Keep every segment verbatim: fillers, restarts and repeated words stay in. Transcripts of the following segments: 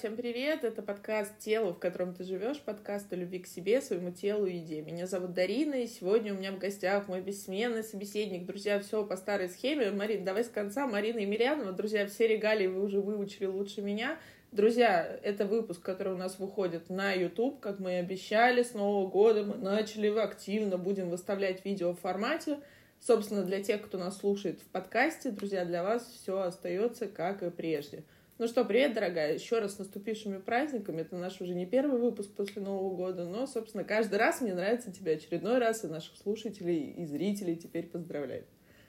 всем привет! Это подкаст «Тело, в котором ты живешь», подкаст о любви к себе, своему телу и еде. Меня зовут Дарина, и сегодня у меня в гостях мой бессменный собеседник. Друзья, все по старой схеме. Марин, давай с конца. Марина Емельянова. Друзья, все регалии вы уже выучили лучше меня. Друзья, это выпуск, который у нас выходит на YouTube, как мы и обещали. С Нового года мы начали активно, будем выставлять видео в формате. Собственно, для тех, кто нас слушает в подкасте, друзья, для вас все остается как и прежде. Ну что, привет, дорогая, еще раз с наступившими праздниками. Это наш уже не первый выпуск после Нового года, но, собственно, каждый раз мне нравится тебя очередной раз и наших слушателей и зрителей теперь поздравлять.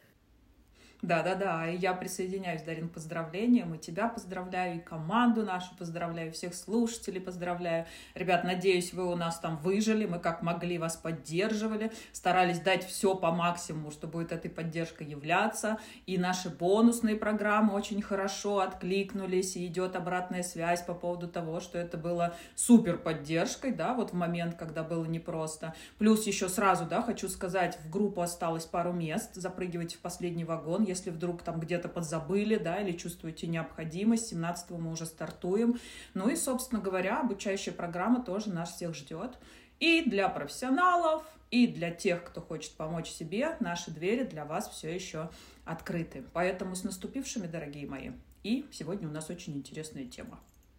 Да-да-да, и я присоединяюсь, Дарин, к поздравлениям, и тебя поздравляю, и команду нашу поздравляю, всех слушателей поздравляю. Ребят, надеюсь, вы у нас там выжили, мы как могли вас поддерживали, старались дать все по максимуму, что будет этой поддержкой являться, и наши бонусные программы очень хорошо откликнулись, и идет обратная связь по поводу того, что это было супер поддержкой, да, вот в момент, когда было непросто. Плюс еще сразу, да, хочу сказать, в группу осталось пару мест, запрыгивайте в последний вагон, если вдруг там где-то подзабыли, да, или чувствуете необходимость, семнадцатого мы уже стартуем. Ну и, собственно говоря, обучающая программа тоже нас всех ждет. И для профессионалов, и для тех, кто хочет помочь себе, наши двери для вас все еще открыты. Поэтому с наступившими, дорогие мои. И сегодня у нас очень интересная тема.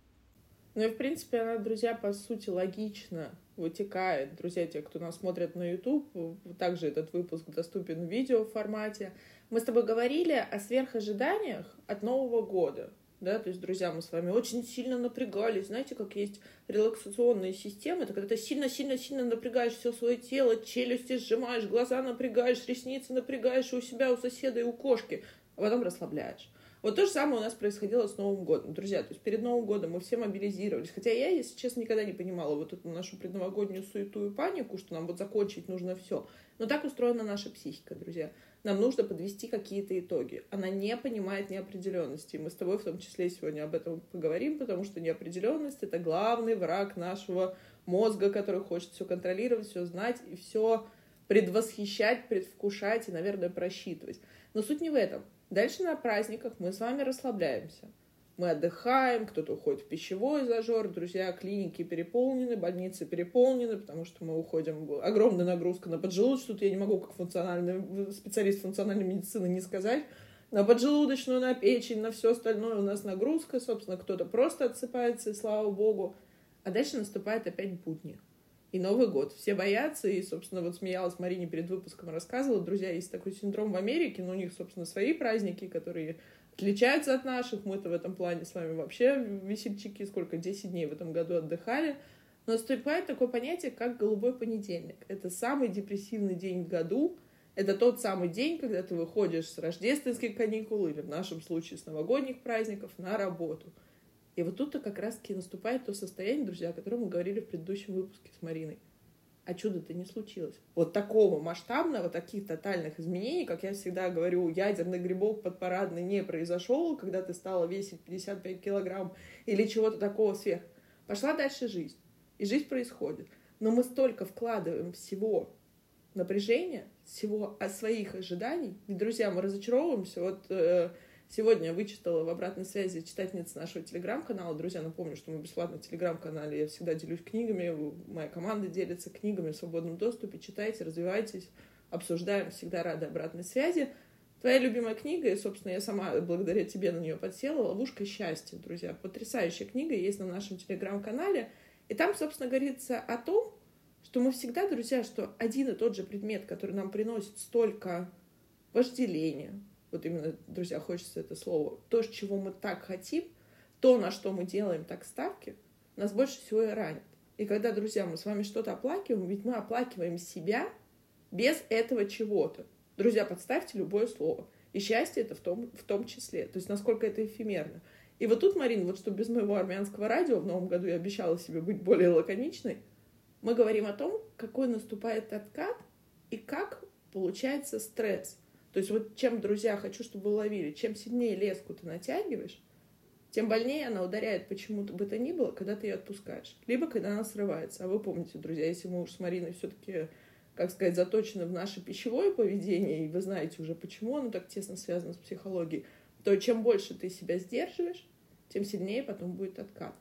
Ну и, в принципе, она, друзья, по сути, логично вытекает. Друзья, те, кто нас смотрит на YouTube, также этот выпуск доступен в видео формате. Мы с тобой говорили о сверхожиданиях от Нового года. Да, то есть, друзья, мы с вами очень сильно напрягались. Знаете, как есть релаксационные системы? Это когда ты сильно-сильно-сильно напрягаешь все свое тело, челюсти сжимаешь, глаза напрягаешь, ресницы напрягаешь у себя, у соседа и у кошки, а потом расслабляешь. Вот то же самое у нас происходило с Новым годом. Друзья, то есть перед Новым годом мы все мобилизировались. Хотя я, если честно, никогда не понимала вот эту нашу предновогоднюю суету и панику, что нам вот закончить нужно все. Но так устроена наша психика, друзья. Нам нужно подвести какие-то итоги. Она не понимает неопределенности. И мы с тобой в том числе сегодня об этом поговорим, потому что неопределенность — это главный враг нашего мозга, который хочет все контролировать, все знать и все предвосхищать, предвкушать и, наверное, просчитывать. Но суть не в этом. Дальше на праздниках мы с вами расслабляемся. Мы отдыхаем, кто-то уходит в пищевой зажор, друзья, клиники переполнены, больницы переполнены, потому что мы уходим, огромная нагрузка на поджелудочную, тут я не могу как функциональный специалист функциональной медицины не сказать, на поджелудочную, на печень, на все остальное у нас нагрузка, собственно, кто-то просто отсыпается, и слава богу, а дальше наступает опять будни. И Новый год. Все боятся, и, собственно, вот смеялась Марине перед выпуском, рассказывала, друзья, есть такой синдром в Америке, но у них, собственно, свои праздники, которые отличаются от наших. Мы-то в этом плане с вами вообще весельчаки, сколько, десять дней в этом году отдыхали. Но наступает такое понятие, как голубой понедельник. Это самый депрессивный день в году. Это тот самый день, когда ты выходишь с рождественских каникул, или в нашем случае с новогодних праздников, на работу. И вот тут-то как раз-таки наступает то состояние, друзья, о котором мы говорили в предыдущем выпуске с Мариной. А чудо-то не случилось. Вот такого масштабного, таких тотальных изменений, как я всегда говорю, ядерный грибок подпарадный не произошел, когда ты стала весить пятьдесят пять килограмм или чего-то такого сверх. Пошла дальше жизнь. И жизнь происходит. Но мы столько вкладываем всего напряжения, всего от своих ожиданий. И, друзья, мы разочаровываемся. Вот... Э, Сегодня я вычитала в обратной связи читательница нашего телеграм-канала. Друзья, напомню, что мы бесплатно в телеграм-канале. Я всегда делюсь книгами. Моя команда делится книгами в свободном доступе. Читайте, развивайтесь, обсуждаем. Всегда рады обратной связи. Твоя любимая книга, и, собственно, я сама благодаря тебе на нее подсела, «Ловушка счастья», друзья. Потрясающая книга, есть на нашем телеграм-канале. И там, собственно, говорится о том, что мы всегда, друзья, что один и тот же предмет, который нам приносит столько вожделения, вот именно, друзья, хочется это слово, то, чего мы так хотим, то, на что мы делаем так ставки, нас больше всего и ранит. И когда, друзья, мы с вами что-то оплакиваем, ведь мы оплакиваем себя без этого чего-то. Друзья, подставьте любое слово. И счастье это в том, в том числе. То есть, насколько это эфемерно. И вот тут, Марин, вот что без моего армянского радио, в новом году я обещала себе быть более лаконичной, мы говорим о том, какой наступает откат и как получается стресс. То есть вот чем, друзья, хочу, чтобы вы ловили, чем сильнее леску ты натягиваешь, тем больнее она ударяет почему-то бы то ни было, когда ты ее отпускаешь. Либо когда она срывается. А вы помните, друзья, если мы уж с Мариной все-таки, как сказать, заточены в наше пищевое поведение, и вы знаете уже, почему оно так тесно связано с психологией, то чем больше ты себя сдерживаешь, тем сильнее потом будет откат.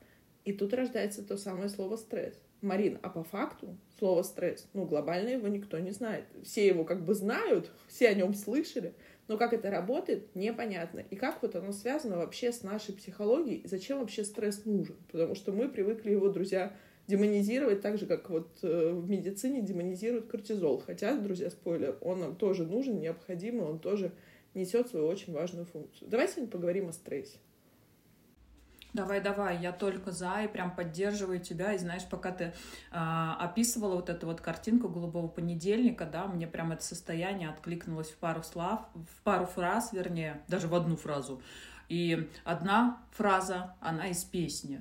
И тут рождается то самое слово «стресс». Марин, а по факту слово «стресс», ну, глобально его никто не знает. Все его как бы знают, все о нем слышали, но как это работает, непонятно. И как вот оно связано вообще с нашей психологией, и зачем вообще стресс нужен? Потому что мы привыкли его, друзья, демонизировать так же, как вот в медицине демонизируют кортизол. Хотя, друзья, спойлер, он нам тоже нужен, необходим, и он тоже несет свою очень важную функцию. Давай сегодня поговорим о стрессе. Давай, давай, я только за и прям поддерживаю тебя. И знаешь, пока ты а, описывала вот эту вот картинку голубого понедельника, да, мне прям это состояние откликнулось в пару слов, в пару фраз, вернее, даже в одну фразу. И одна фраза, она из песни.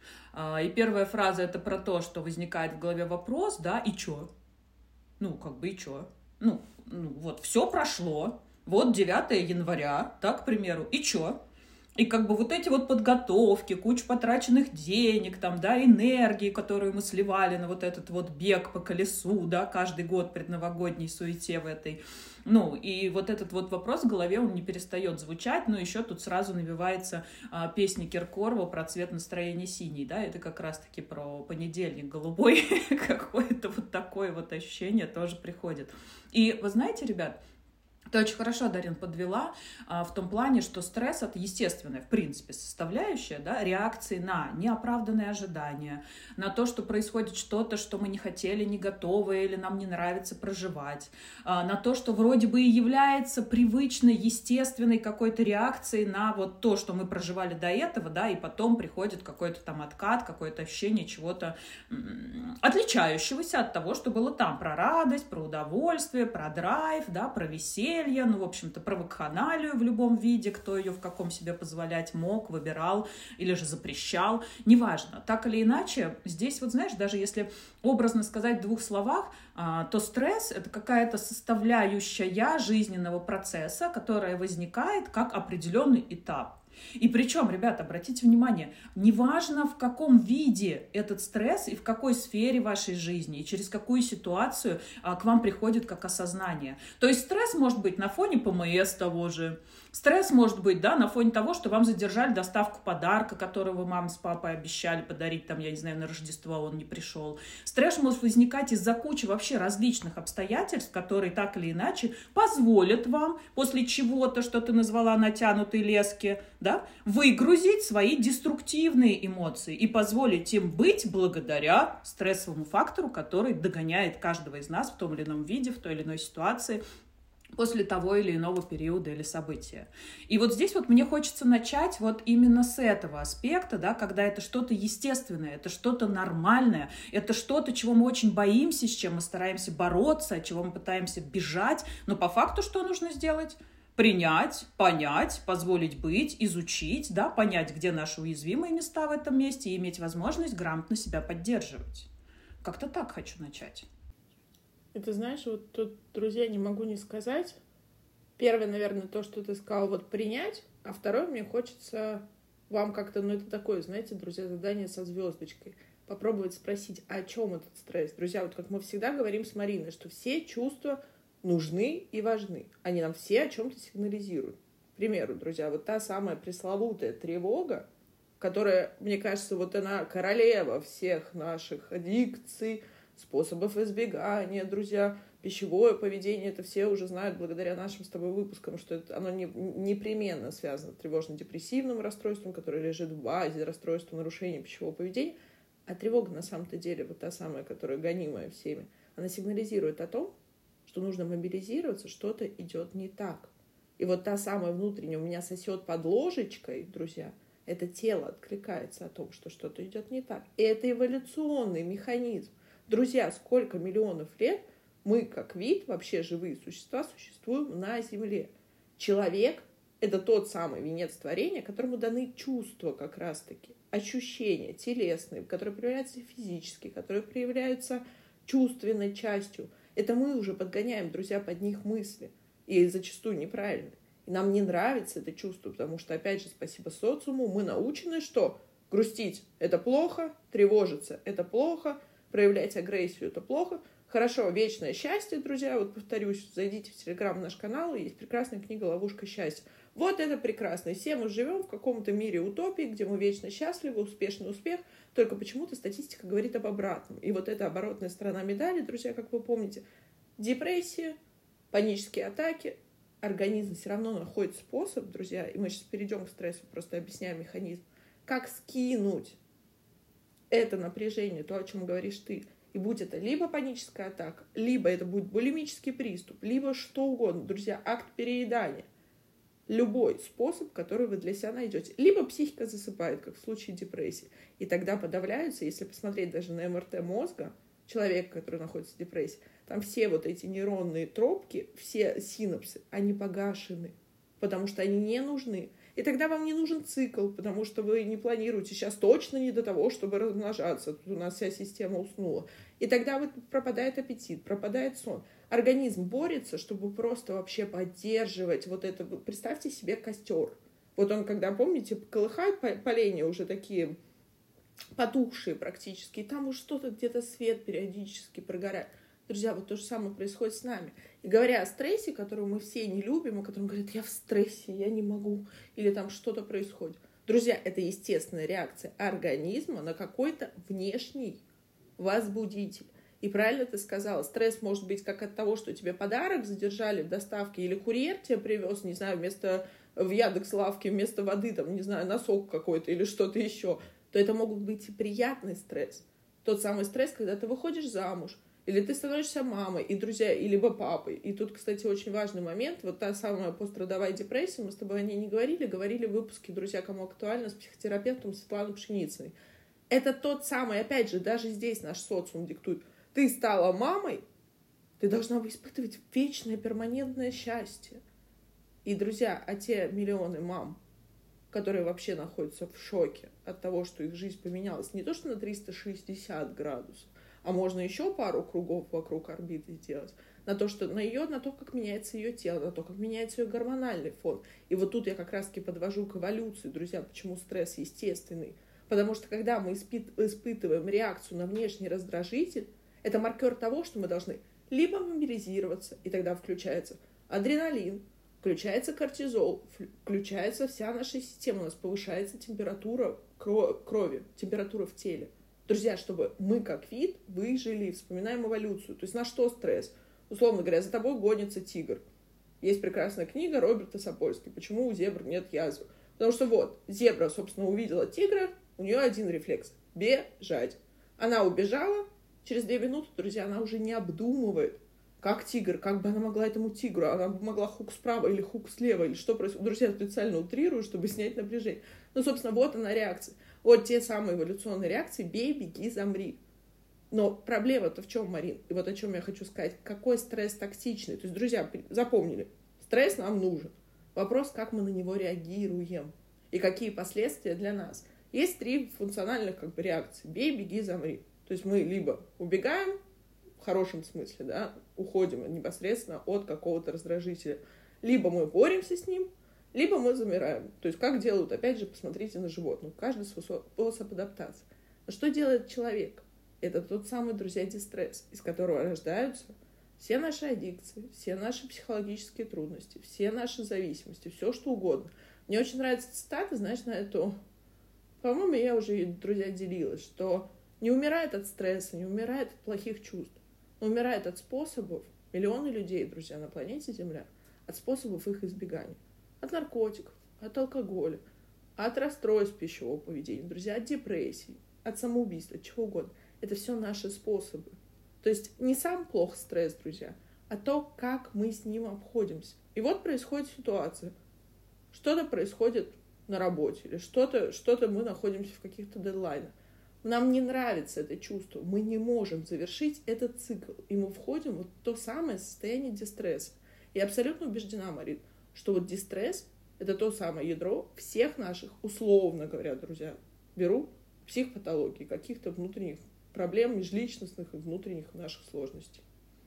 А, и первая фраза — это про то, что возникает в голове вопрос, да, и чё? Ну, как бы и чё? Ну, ну вот, все прошло, вот девятое января, да, к примеру, и чё? И как бы вот эти вот подготовки, куча потраченных денег, там, да, энергии, которую мы сливали на вот этот вот бег по колесу, да, каждый год предновогодней суете в этой. Ну, и вот этот вот вопрос в голове, он не перестает звучать, но еще тут сразу навевается а, песня Киркорова про цвет настроения синий, да, это как раз-таки про понедельник голубой, какое-то вот такое вот ощущение тоже приходит. И вы знаете, ребят, ты очень хорошо, Дарин, подвела а, в том плане, что стресс — это естественная, в принципе, составляющая, да, реакции на неоправданные ожидания, на то, что происходит что-то, что мы не хотели, не готовы или нам не нравится проживать, а, на то, что вроде бы и является привычной, естественной какой-то реакцией на вот то, что мы проживали до этого, да, и потом приходит какой-то там откат, какое-то ощущение чего-то м- отличающегося от того, что было там, про радость, про удовольствие, про драйв, да, про веселье, ну, в общем-то, про вакханалию в любом виде, кто ее в каком себе позволять мог, выбирал или же запрещал, неважно. Так или иначе, здесь, вот знаешь, даже если образно сказать в двух словах, то стресс — это какая-то составляющая жизненного процесса, которая возникает как определенный этап. И причем, ребята, обратите внимание, неважно, в каком виде этот стресс и в какой сфере вашей жизни, и через какую ситуацию а, к вам приходит как осознание. То есть стресс может быть на фоне ПМС того же, стресс может быть, да, на фоне того, что вам задержали доставку подарка, который вы маме с папой обещали подарить, там, я не знаю, на Рождество, он не пришел. Стресс может возникать из-за кучи вообще различных обстоятельств, которые так или иначе позволят вам после чего-то, что ты назвала натянутой лески, да, выгрузить свои деструктивные эмоции и позволить им быть благодаря стрессовому фактору, который догоняет каждого из нас в том или ином виде, в той или иной ситуации, после того или иного периода или события. И вот здесь вот мне хочется начать вот именно с этого аспекта, да, когда это что-то естественное, это что-то нормальное, это что-то, чего мы очень боимся, с чем мы стараемся бороться, от чего мы пытаемся бежать, но по факту что нужно сделать? Принять, понять, позволить быть, изучить, да, понять, где наши уязвимые места в этом месте и иметь возможность грамотно себя поддерживать. Как-то так хочу начать. И ты знаешь, вот тут, друзья, не могу не сказать. Первое, наверное, то, что ты сказал, вот принять, а второе, мне хочется вам как-то, ну это такое, знаете, друзья, задание со звездочкой. Попробовать спросить, а о чем этот стресс? Друзья, вот как мы всегда говорим с Мариной, что все чувства нужны и важны. Они нам все о чем-то сигнализируют. К примеру, друзья, вот та самая пресловутая тревога, которая, мне кажется, вот она королева всех наших аддикций, способов избегания, друзья, пищевое поведение, это все уже знают благодаря нашим с тобой выпускам, что это, оно не, непременно связано с тревожно-депрессивным расстройством, которое лежит в базе расстройства нарушения пищевого поведения. А тревога на самом-то деле, вот та самая, которая гонимая всеми, она сигнализирует о том, что нужно мобилизироваться, что-то идет не так. И вот та самая внутренняя у меня сосет под ложечкой, друзья, это тело откликается о том, что что-то идет не так. И это эволюционный механизм. Друзья, сколько миллионов лет мы, как вид, вообще живые существа, существуем на Земле. Человек — это тот самый венец творения, которому даны чувства как раз-таки, ощущения телесные, которые проявляются физически, которые проявляются чувственной частью. Это мы уже подгоняем, друзья, под них мысли. И зачастую неправильно. И нам не нравится это чувство, потому что, опять же, спасибо социуму, мы научены, что грустить — это плохо, тревожиться — это плохо, проявлять агрессию — это плохо. Хорошо, вечное счастье, друзья, вот повторюсь, зайдите в Телеграм, наш канал, есть прекрасная книга «Ловушка счастья». Вот это прекрасно. И все мы живем в каком-то мире утопии, где мы вечно счастливы, успешный успех. Только почему-то статистика говорит об обратном. И вот эта оборотная сторона медали, друзья, как вы помните, депрессия, панические атаки, организм все равно находит способ, друзья, и мы сейчас перейдем к стрессу, просто объясняем механизм, как скинуть это напряжение, то, о чем говоришь ты. И будь это либо паническая атака, либо это будет булимический приступ, либо что угодно, друзья, акт переедания. Любой способ, который вы для себя найдете. Либо психика засыпает, как в случае депрессии. И тогда подавляются, если посмотреть даже на эм эр тэ мозга, человека, который находится в депрессии, там все вот эти нейронные тропки, все синапсы, они погашены, потому что они не нужны. И тогда вам не нужен цикл, потому что вы не планируете сейчас точно не до того, чтобы размножаться. Тут у нас вся система уснула. И тогда вот пропадает аппетит, пропадает сон. Организм борется, чтобы просто вообще поддерживать вот это. Представьте себе костер. Вот он, когда, помните, колыхает поленья уже такие потухшие практически, и там уже что-то где-то свет периодически прогорает. Друзья, вот то же самое происходит с нами. И говоря о стрессе, которого мы все не любим, о котором говорят, я в стрессе, я не могу, или там что-то происходит. Друзья, это естественная реакция организма на какой-то внешний возбудитель. И правильно ты сказала, стресс может быть как от того, что тебе подарок задержали в доставке, или курьер тебе привез, не знаю, вместо в Яндекс.Лавке вместо воды, там, не знаю, носок какой-то или что-то еще, то это могут быть и приятный стресс. Тот самый стресс, когда ты выходишь замуж, или ты становишься мамой, и друзья, и либо папой. И тут, кстати, очень важный момент. Вот та самая пострадовая депрессия, мы с тобой о ней не говорили, говорили в выпуске «Друзья, кому актуально» с психотерапевтом Светланой Пшеницыной. Это тот самый, опять же, даже здесь наш социум диктует. Ты стала мамой, ты должна испытывать вечное перманентное счастье. И, друзья, а те миллионы мам, которые вообще находятся в шоке от того, что их жизнь поменялась не то что на триста шестьдесят градусов, а можно еще пару кругов вокруг орбиты сделать, на то, что на ее, на то, как меняется ее тело, на то, как меняется ее гормональный фон. И вот тут я как раз-таки подвожу к эволюции, друзья, почему стресс естественный. Потому что когда мы испыт- испытываем реакцию на внешний раздражитель, это маркер того, что мы должны либо мобилизироваться, и тогда включается адреналин, включается кортизол, включается вся наша система, у нас повышается температура крови, температура в теле. Друзья, чтобы мы как вид выжили, вспоминаем эволюцию. То есть на что стресс? Условно говоря, за тобой гонится тигр. Есть прекрасная книга Роберта Сапольски «Почему у зебр нет язвы». Потому что вот, зебра, собственно, увидела тигра, у нее один рефлекс – бежать. Она убежала, через две минуты, друзья, она уже не обдумывает, как тигр, как бы она могла этому тигру, она бы могла хук справа или хук слева, или что происходит. Друзья, я специально утрирую, чтобы снять напряжение. Ну, собственно, вот она реакция. Вот те самые эволюционные реакции «бей, беги, замри». Но проблема-то в чем, Марин? И вот о чем я хочу сказать. Какой стресс токсичный? То есть, друзья, запомнили, стресс нам нужен. Вопрос, как мы на него реагируем и какие последствия для нас. Есть три функциональных как бы реакции. «Бей, беги, замри». То есть мы либо убегаем, в хорошем смысле, да, уходим непосредственно от какого-то раздражителя, либо мы боремся с ним, либо мы замираем. То есть как делают, опять же, посмотрите на животных. Каждый способ адаптации. Но что делает человек? Это тот самый, друзья, дистресс, из которого рождаются все наши аддикции, все наши психологические трудности, все наши зависимости, все что угодно. Мне очень нравится цитата, знаешь, на эту... По-моему, я уже, друзья, делилась, что не умирает от стресса, не умирает от плохих чувств, но умирает от способов, миллионы людей, друзья, на планете Земля, от способов их избегания. От наркотиков, от алкоголя, от расстройств пищевого поведения, друзья, от депрессии, от самоубийства, от чего угодно. Это все наши способы. То есть не сам плох стресс, друзья, а то, как мы с ним обходимся. И вот происходит ситуация. Что-то происходит на работе, или что-то, что-то мы находимся в каких-то дедлайнах. Нам не нравится это чувство, мы не можем завершить этот цикл, и мы входим в то самое состояние дистресса. Я абсолютно убеждена, Марин, что вот дистресс – это то самое ядро всех наших, условно говоря, друзья, беру психопатологии, каких-то внутренних проблем, межличностных и внутренних наших сложностей.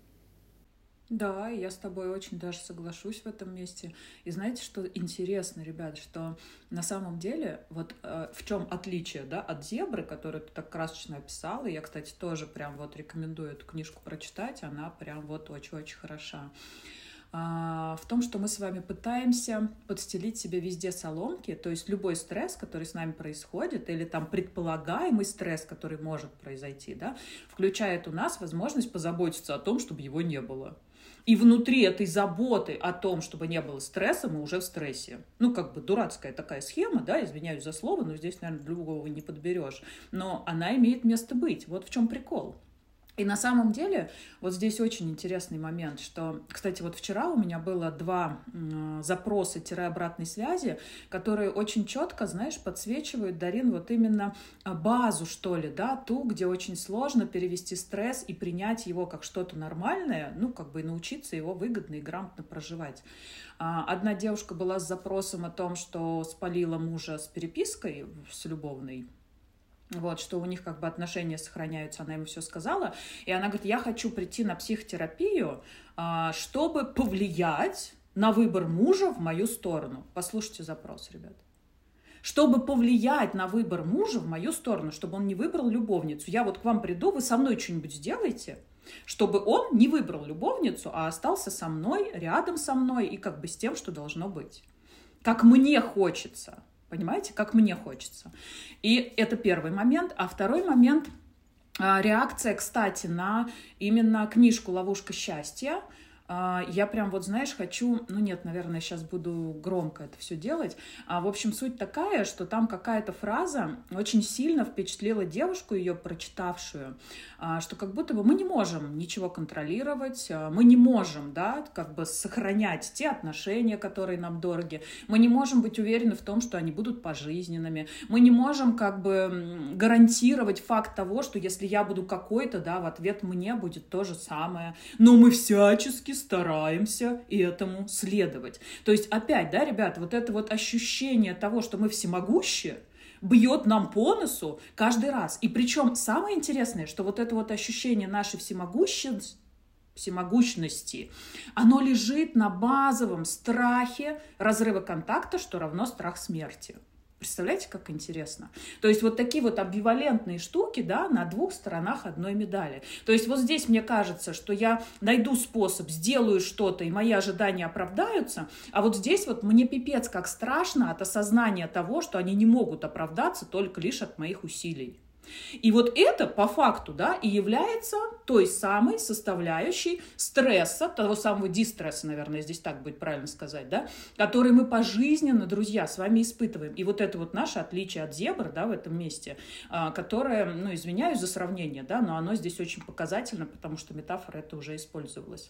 Да, я с тобой очень даже соглашусь в этом месте. И знаете, что интересно, ребят, что на самом деле, вот э, в чем отличие, да, от зебры, которую ты так красочно описала, я, кстати, тоже прям вот рекомендую эту книжку прочитать, она прям вот очень-очень хороша. в том, что мы с вами пытаемся подстелить себе везде соломки, то есть любой стресс, который с нами происходит, или там предполагаемый стресс, который может произойти, да, включает у нас возможность позаботиться о том, чтобы его не было. И внутри этой заботы о том, чтобы не было стресса, мы уже в стрессе. Ну, как бы дурацкая такая схема, да, извиняюсь за слово, но здесь, наверное, другого не подберешь. Но она имеет место быть. Вот в чем прикол. И на самом деле вот здесь очень интересный момент, что, кстати, вот вчера у меня было два запроса-обратной связи, которые очень четко, знаешь, подсвечивают, Дарин, вот именно базу, что ли, да, ту, где очень сложно перевести стресс и принять его как что-то нормальное, ну, как бы научиться его выгодно и грамотно проживать. Одна девушка была с запросом о том, что спалила мужа с перепиской, с любовной, вот, что у них как бы отношения сохраняются, она ему все сказала, и она говорит, я хочу прийти на психотерапию, чтобы повлиять на выбор мужа в мою сторону. Послушайте запрос, ребят. Чтобы повлиять на выбор мужа в мою сторону, чтобы он не выбрал любовницу. Я вот к вам приду, вы со мной что-нибудь сделаете, чтобы он не выбрал любовницу, а остался со мной, рядом со мной и как бы с тем, что должно быть. Как мне хочется. Понимаете, как мне хочется. И это первый момент. А второй момент – реакция, кстати, на именно книжку «Ловушка счастья». Я прям вот, знаешь, хочу... Ну нет, наверное, сейчас буду громко это все делать. В общем, суть такая, что там какая-то фраза очень сильно впечатлила девушку, ее прочитавшую, что как будто бы мы не можем ничего контролировать, мы не можем, да, как бы сохранять те отношения, которые нам дороги, мы не можем быть уверены в том, что они будут пожизненными, мы не можем как бы гарантировать факт того, что если я буду какой-то, да, в ответ мне будет то же самое, но мы всячески стараемся этому следовать. То есть опять, да, ребята, вот это вот ощущение того, что мы всемогущие, бьет нам по носу каждый раз. И причем самое интересное, что вот это вот ощущение нашей всемогущности, всемогущности, оно лежит на базовом страхе разрыва контакта, что равно страх смерти. Представляете, как интересно? То есть вот такие вот амбивалентные штуки, да, на двух сторонах одной медали. То есть вот здесь мне кажется, что я найду способ, сделаю что-то, и мои ожидания оправдаются, а вот здесь вот мне пипец как страшно от осознания того, что они не могут оправдаться только лишь от моих усилий. И вот это по факту, да, и является той самой составляющей стресса, того самого дистресса, наверное, здесь так будет правильно сказать, да, который мы пожизненно, друзья, с вами испытываем. И вот это вот наше отличие от зебр, да, в этом месте, которое, ну, извиняюсь за сравнение, да, но оно здесь очень показательно, потому что метафора это уже использовалась.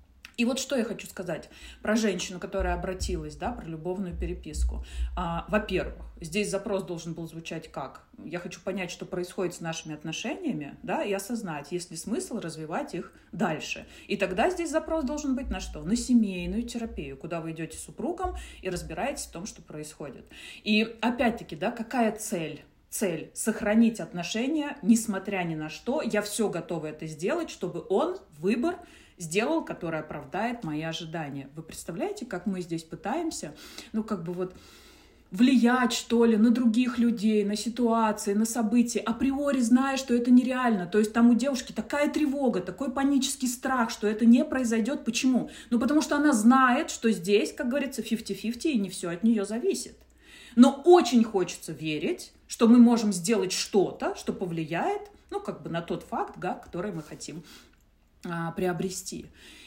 И вот что я хочу сказать про женщину, которая обратилась, да, про любовную переписку. А, во-первых, здесь запрос должен был звучать как? Я хочу понять, что происходит с нашими отношениями, да, и осознать, есть ли смысл развивать их дальше. И тогда здесь запрос должен быть на что? На семейную терапию, куда вы идете с супругом и разбираетесь в том, что происходит. И опять-таки, да, какая цель? Цель – сохранить отношения, несмотря ни на что. Я все готова это сделать, чтобы он, выбор, сделал, который оправдает мои ожидания. Вы представляете, как мы здесь пытаемся, ну, как бы вот влиять, что ли, на других людей, на ситуации, на события, априори зная, что это нереально. То есть там у девушки такая тревога, такой панический страх, что это не произойдет. Почему? Ну, потому что она знает, что здесь, как говорится, фифти фифти, и не все от нее зависит. Но очень хочется верить, что мы можем сделать что-то, что повлияет, ну, как бы на тот факт, да, который мы хотим а, приобрести.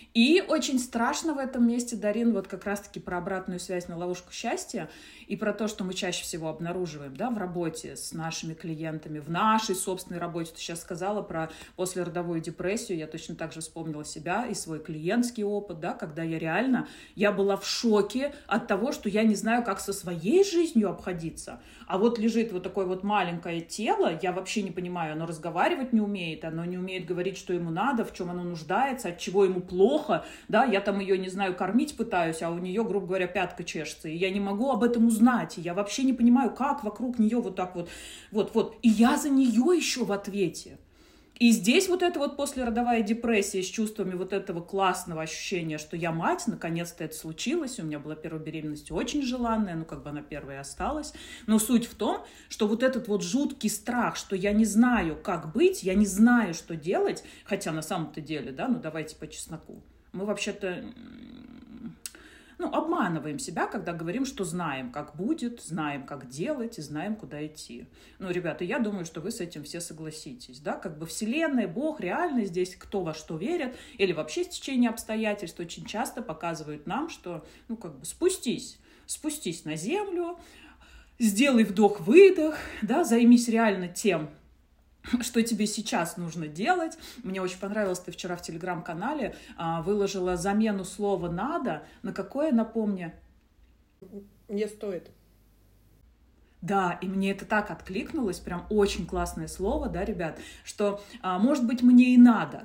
И очень страшно в этом месте, Дарин, вот как раз-таки про обратную связь на ловушку счастья и про то, что мы чаще всего обнаруживаем, да, в работе с нашими клиентами, в нашей собственной работе. Ты сейчас сказала про послеродовую депрессию, я точно так же вспомнила себя и свой клиентский опыт, да, когда я реально, я была в шоке от того, что я не знаю, как со своей жизнью обходиться. А вот лежит вот такое вот маленькое тело, я вообще не понимаю, оно разговаривать не умеет, оно не умеет говорить, что ему надо, в чем оно нуждается, от чего ему плохо, да, я там ее, не знаю, кормить пытаюсь, а у нее, грубо говоря, пятка чешется, и я не могу об этом узнать, и я вообще не понимаю, как вокруг нее вот так вот, вот-вот, и я за нее еще в ответе. И здесь вот эта вот послеродовая депрессия с чувствами вот этого классного ощущения, что я мать, наконец-то это случилось, у меня была первая беременность очень желанная, ну как бы она первая и осталась, но суть в том, что вот этот вот жуткий страх, что я не знаю, как быть, я не знаю, что делать, хотя на самом-то деле, да, ну давайте по чесноку, мы вообще-то ну, обманываем себя, когда говорим, что знаем, как будет, знаем, как делать и знаем, куда идти. Ну, ребята, я думаю, что вы с этим все согласитесь, да, как бы Вселенная, Бог, реальность здесь, кто во что верит, или вообще стечение обстоятельств очень часто показывают нам, что, ну, как бы спустись, спустись на землю, сделай вдох-выдох, да, займись реально тем, что тебе сейчас нужно делать. Мне очень понравилось, ты вчера в Телеграм-канале а, выложила замену слова «надо». На какое, напомни? Не стоит. Да, и мне это так откликнулось, прям очень классное слово, да, ребят, что, а, может быть, мне и надо,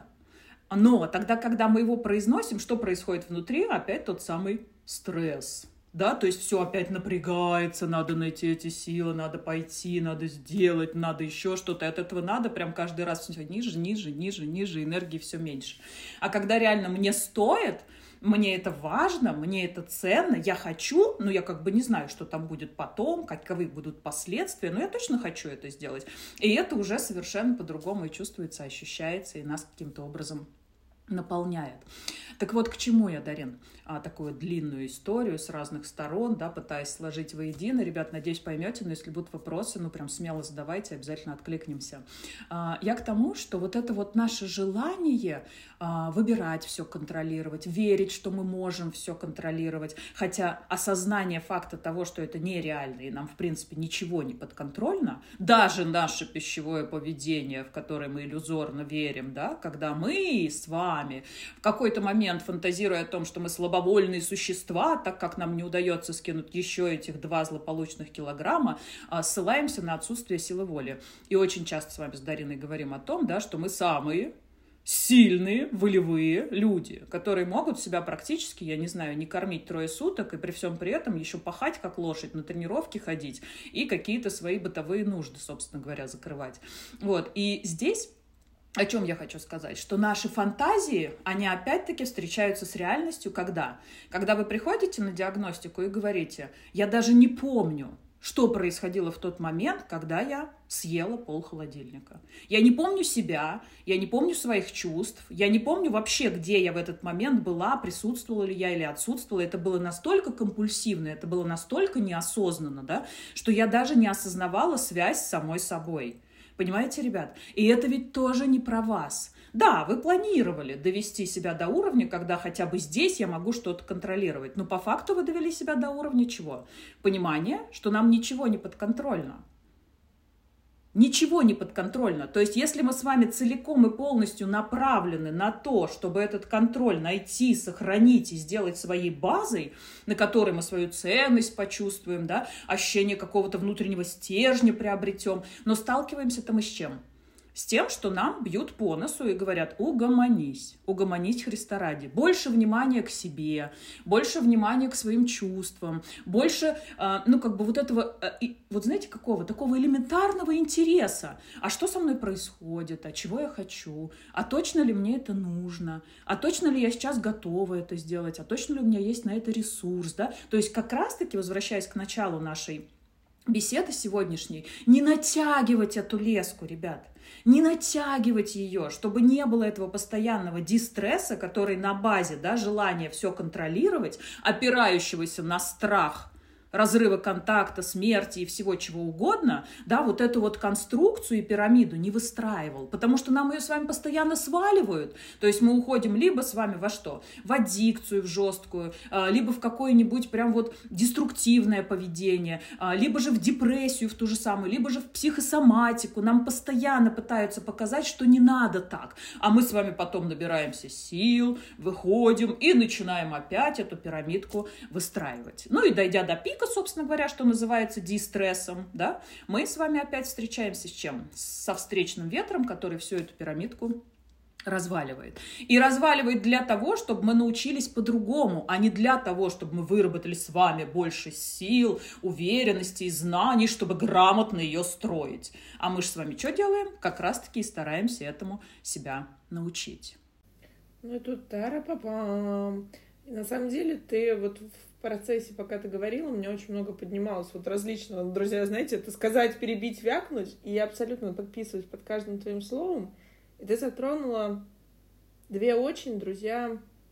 но тогда, когда мы его произносим, что происходит внутри? Опять тот самый стресс. Да, то есть все опять напрягается, надо найти эти силы, надо пойти, надо сделать, надо еще что-то. И от этого надо прям каждый раз все ниже, ниже, ниже, ниже, энергии все меньше. А когда реально мне стоит, мне это важно, мне это ценно, я хочу, но я как бы не знаю, что там будет потом, каковы будут последствия, но я точно хочу это сделать. И это уже совершенно по-другому и чувствуется, ощущается, и нас каким-то образом наполняет. Так вот, к чему я, Дарин, а, такую длинную историю с разных сторон, да, пытаясь сложить воедино. Ребят, надеюсь, поймете, но если будут вопросы, ну, прям смело задавайте, обязательно откликнемся. А, я к тому, что вот это вот наше желание а, выбирать все, контролировать, верить, что мы можем все контролировать, хотя осознание факта того, что это нереально, и нам, в принципе, ничего не подконтрольно, даже наше пищевое поведение, в которое мы иллюзорно верим, да, когда мы с вами в какой-то момент, фантазируя о том, что мы слабовольные существа, так как нам не удается скинуть еще этих два злополучных килограмма, ссылаемся на отсутствие силы воли. И очень часто с вами с Дариной говорим о том, да, что мы самые сильные, волевые люди, которые могут себя практически, я не знаю, не кормить трое суток и при всем при этом еще пахать как лошадь, на тренировки ходить и какие-то свои бытовые нужды, собственно говоря, закрывать. Вот. И здесь о чем я хочу сказать? Что наши фантазии, они опять-таки встречаются с реальностью, когда? Когда вы приходите на диагностику и говорите, я даже не помню, что происходило в тот момент, когда я съела пол холодильника. Я не помню себя, я не помню своих чувств, я не помню вообще, где я в этот момент была, присутствовала ли я или отсутствовала. Это было настолько компульсивно, это было настолько неосознанно, да, что я даже не осознавала связь с самой собой. Понимаете, ребят? И это ведь тоже не про вас. Да, вы планировали довести себя до уровня, когда хотя бы здесь я могу что-то контролировать. Но по факту вы довели себя до уровня чего? Понимание, что нам ничего не подконтрольно. Ничего не подконтрольно. То есть, если мы с вами целиком и полностью направлены на то, чтобы этот контроль найти, сохранить и сделать своей базой, на которой мы свою ценность почувствуем, да, ощущение какого-то внутреннего стержня приобретем, но сталкиваемся-то мы с чем? С тем, что нам бьют по носу и говорят, угомонись, угомонись Христа ради. Больше внимания к себе, больше внимания к своим чувствам, больше, ну, как бы вот этого, вот знаете, какого? Такого элементарного интереса. А что со мной происходит? А чего я хочу? А точно ли мне это нужно? А точно ли я сейчас готова это сделать? А точно ли у меня есть на это ресурс? Да? То есть как раз-таки, возвращаясь к началу нашей беседы сегодняшней, не натягивать эту леску, ребят. Не натягивать ее, чтобы не было этого постоянного дистресса, который на базе, да, желания все контролировать, опирающегося на страх разрыва контакта, смерти и всего чего угодно, да, вот эту вот конструкцию и пирамиду не выстраивал, потому что нам ее с вами постоянно сваливают. То есть мы уходим либо с вами во что? В аддикцию, в жесткую, либо в какое-нибудь прям вот деструктивное поведение, либо же в депрессию в ту же самую, либо же в психосоматику. Нам постоянно пытаются показать, что не надо так. А мы с вами потом набираемся сил, выходим и начинаем опять эту пирамидку выстраивать. Ну и дойдя до пика, собственно говоря, что называется дистрессом, да, мы с вами опять встречаемся с чем? Со встречным ветром, который всю эту пирамидку разваливает. И разваливает для того, чтобы мы научились по-другому, а не для того, чтобы мы выработали с вами больше сил, уверенности и знаний, чтобы грамотно ее строить. А мы же с вами что делаем? Как раз-таки и стараемся этому себя научить. Ну, тут тара-папам. И на самом деле ты вот в процессе, пока ты говорила, у меня очень много поднималось вот различного. Друзья, знаете, это сказать, перебить, вякнуть, и я абсолютно подписываюсь под каждым твоим словом. И ты затронула две очень, друзья,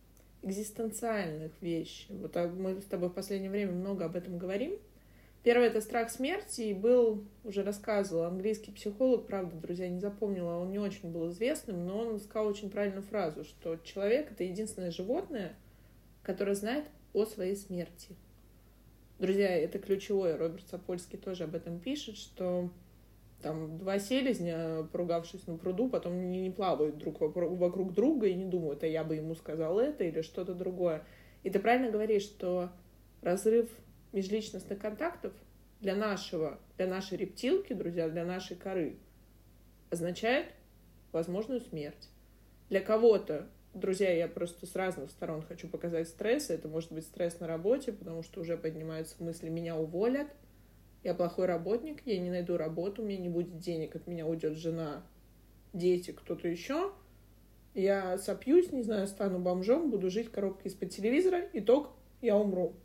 экзистенциальных вещей. Вот мы с тобой в последнее время много об этом говорим. Первый — это страх смерти, и был, уже рассказывал, английский психолог, правда, друзья, не запомнила, он не очень был известным, но он сказал очень правильную фразу, что человек — это единственное животное, которое знает о своей смерти. Друзья, это ключевое, Роберт Сапольский тоже об этом пишет, что там два селезня, поругавшись на пруду, потом не, не плавают друг вокруг друга и не думают, а я бы ему сказал это или что-то другое. И ты правильно говоришь, что разрыв межличностных контактов для нашего, для нашей рептилки, друзья, для нашей коры означает возможную смерть. Для кого-то, друзья, я просто с разных сторон хочу показать стресс. Это может быть стресс на работе, потому что уже поднимаются мысли: меня уволят, я плохой работник, я не найду работу, у меня не будет денег, от меня уйдет жена, дети, кто-то еще. Я сопьюсь, не знаю, стану бомжом, буду жить коробкой из-под телевизора, итог — я умру.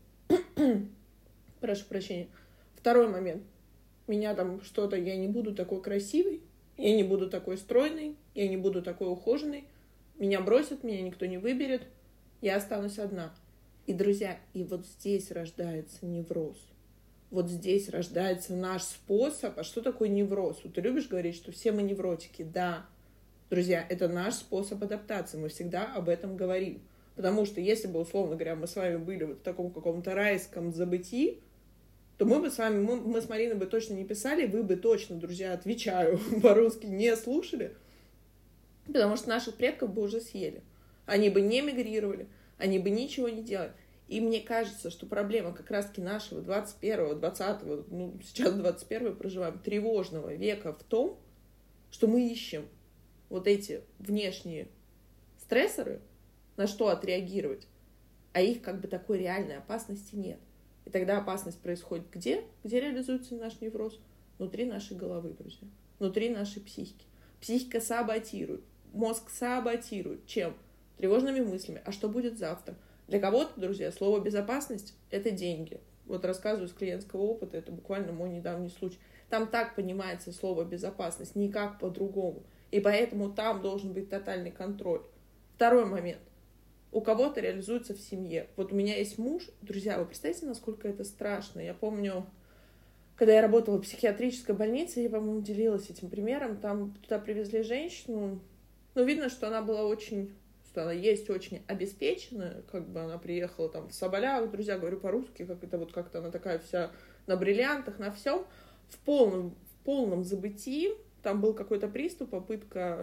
Прошу прощения. Второй момент. Меня там что-то, я не буду такой красивой, я не буду такой стройной, я не буду такой ухоженной, меня бросят, меня никто не выберет, я останусь одна. И, друзья, и вот здесь рождается невроз. Вот здесь рождается наш способ. А что такое невроз? Вот ты любишь говорить, что все мы невротики? Да. Друзья, это наш способ адаптации. Мы всегда об этом говорим. Потому что если бы, условно говоря, мы с вами были вот в таком каком-то райском забытии, то мы бы с вами, мы, мы с Мариной бы точно не писали, вы бы точно, друзья, отвечаю, по-русски не слушали, потому что наших предков бы уже съели. Они бы не мигрировали, они бы ничего не делали. И мне кажется, что проблема как раз-таки нашего двадцать первого, двадцатого, ну, сейчас двадцать первого проживаем, тревожного века в том, что мы ищем вот эти внешние стрессоры, на что отреагировать, а их как бы такой реальной опасности нет. И тогда опасность происходит где? Где реализуется наш невроз? Внутри нашей головы, друзья. Внутри нашей психики. Психика саботирует. Мозг саботирует. Чем? Тревожными мыслями. А что будет завтра? Для кого-то, друзья, слово «безопасность» — это деньги. Вот рассказываю с клиентского опыта, это буквально мой недавний случай. Там так понимается слово «безопасность», никак по-другому. И поэтому там должен быть тотальный контроль. Второй момент. У кого-то реализуется в семье. Вот у меня есть муж. Друзья, вы представляете, насколько это страшно? Я помню, когда я работала в психиатрической больнице, я, по-моему, делилась этим примером. Там туда привезли женщину. Ну, видно, что она была очень, что она есть очень обеспеченная. Как бы она приехала там в соболях. Друзья, говорю по-русски, как это вот как-то она такая вся на бриллиантах, на всем. В полном, в полном забытии. Там был какой-то приступ, попытка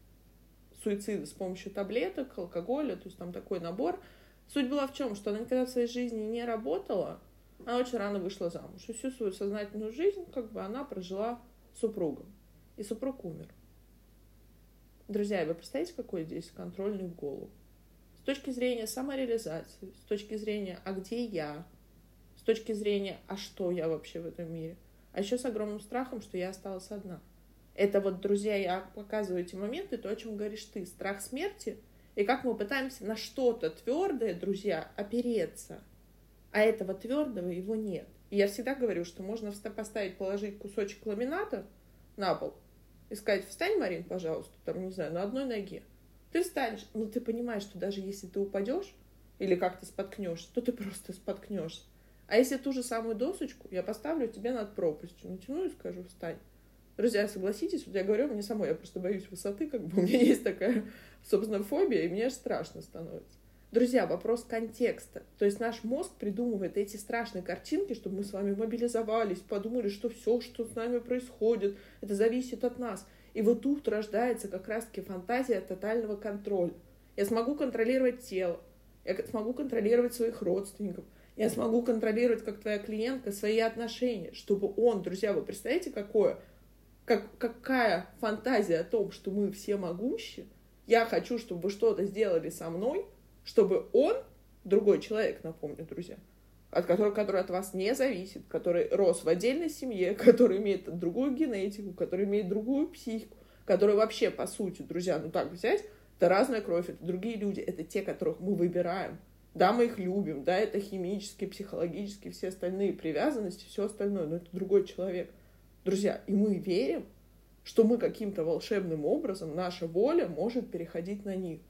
суицида с помощью таблеток, алкоголя, то есть там такой набор. Суть была в чем? Что она никогда в своей жизни не работала, она очень рано вышла замуж. И всю свою сознательную жизнь как бы она прожила с супругом. И супруг умер. Друзья, вы представляете, какой здесь контрольный в голову? С точки зрения самореализации, с точки зрения «а где я?», с точки зрения «а что я вообще в этом мире?», а еще с огромным страхом, что я осталась одна. Это вот, друзья, я показываю эти моменты, то, о чем говоришь ты, страх смерти, и как мы пытаемся на что-то твердое, друзья, опереться, а этого твердого его нет. И я всегда говорю, что можно поставить, положить кусочек ламината на пол и сказать: встань, Марин, пожалуйста, там, не знаю, на одной ноге. Ты встанешь, но ты понимаешь, что даже если ты упадешь или как-то споткнешься, то ты просто споткнешься. А если ту же самую досочку я поставлю тебе над пропастью, натяну и скажу: встань. Друзья, согласитесь, вот я говорю, мне самой, я просто боюсь высоты, как бы у меня есть такая, собственно, фобия, и мне аж страшно становится. Друзья, вопрос контекста. То есть наш мозг придумывает эти страшные картинки, чтобы мы с вами мобилизовались, подумали, что все, что с нами происходит, это зависит от нас. И вот тут рождается как раз-таки фантазия тотального контроля. Я смогу контролировать тело, я смогу контролировать своих родственников, я смогу контролировать, как твоя клиентка, свои отношения, чтобы он, друзья, вы представляете, какое... Как, какая фантазия о том, что мы все могущи, я хочу, чтобы вы что-то сделали со мной, чтобы он, другой человек, напомню, друзья, от которого, который от вас не зависит, который рос в отдельной семье, который имеет другую генетику, который имеет другую психику, который вообще, по сути, друзья, ну так взять, это разная кровь, это другие люди, это те, которых мы выбираем. Да, мы их любим, да, это химические, психологические, все остальные привязанности, все остальное, но это другой человек. Друзья, и мы верим, что мы каким-то волшебным образом, наша воля может переходить на них.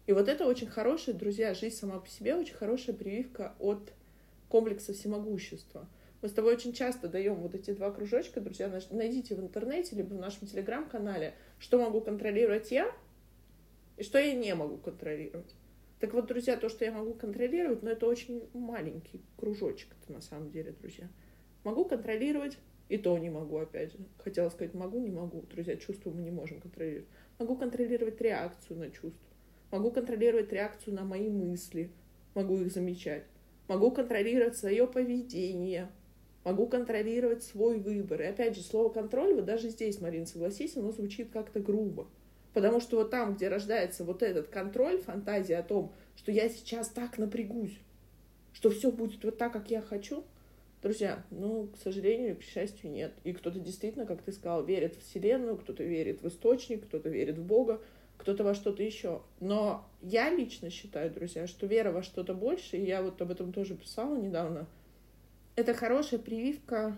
И вот это очень хорошая, друзья, жизнь сама по себе очень хорошая прививка от комплекса всемогущества. Мы с тобой очень часто даем вот эти два кружочка, друзья, найдите в интернете, либо в нашем телеграм-канале, что могу контролировать я и что я не могу контролировать. Так вот, друзья, то, что я могу контролировать, но это очень маленький кружочек на самом деле, друзья. Могу контролировать, и то не могу, опять же. Хотела сказать, могу, не могу. Друзья, чувства мы не можем контролировать. Могу контролировать реакцию на чувства. Могу контролировать реакцию на мои мысли. Могу их замечать. Могу контролировать свое поведение. Могу контролировать свой выбор. И опять же, слово «контроль», вот даже здесь, Марина, согласись, оно звучит как-то грубо. Потому что вот там, где рождается вот этот контроль, фантазия о том, что я сейчас так напрягусь, что все будет вот так, как я хочу, друзья, ну, к сожалению, к счастью, нет. И кто-то действительно, как ты сказал, верит в Вселенную, кто-то верит в источник, кто-то верит в Бога, кто-то во что-то еще. Но я лично считаю, друзья, что вера во что-то больше, и я вот об этом тоже писала недавно, это хорошая прививка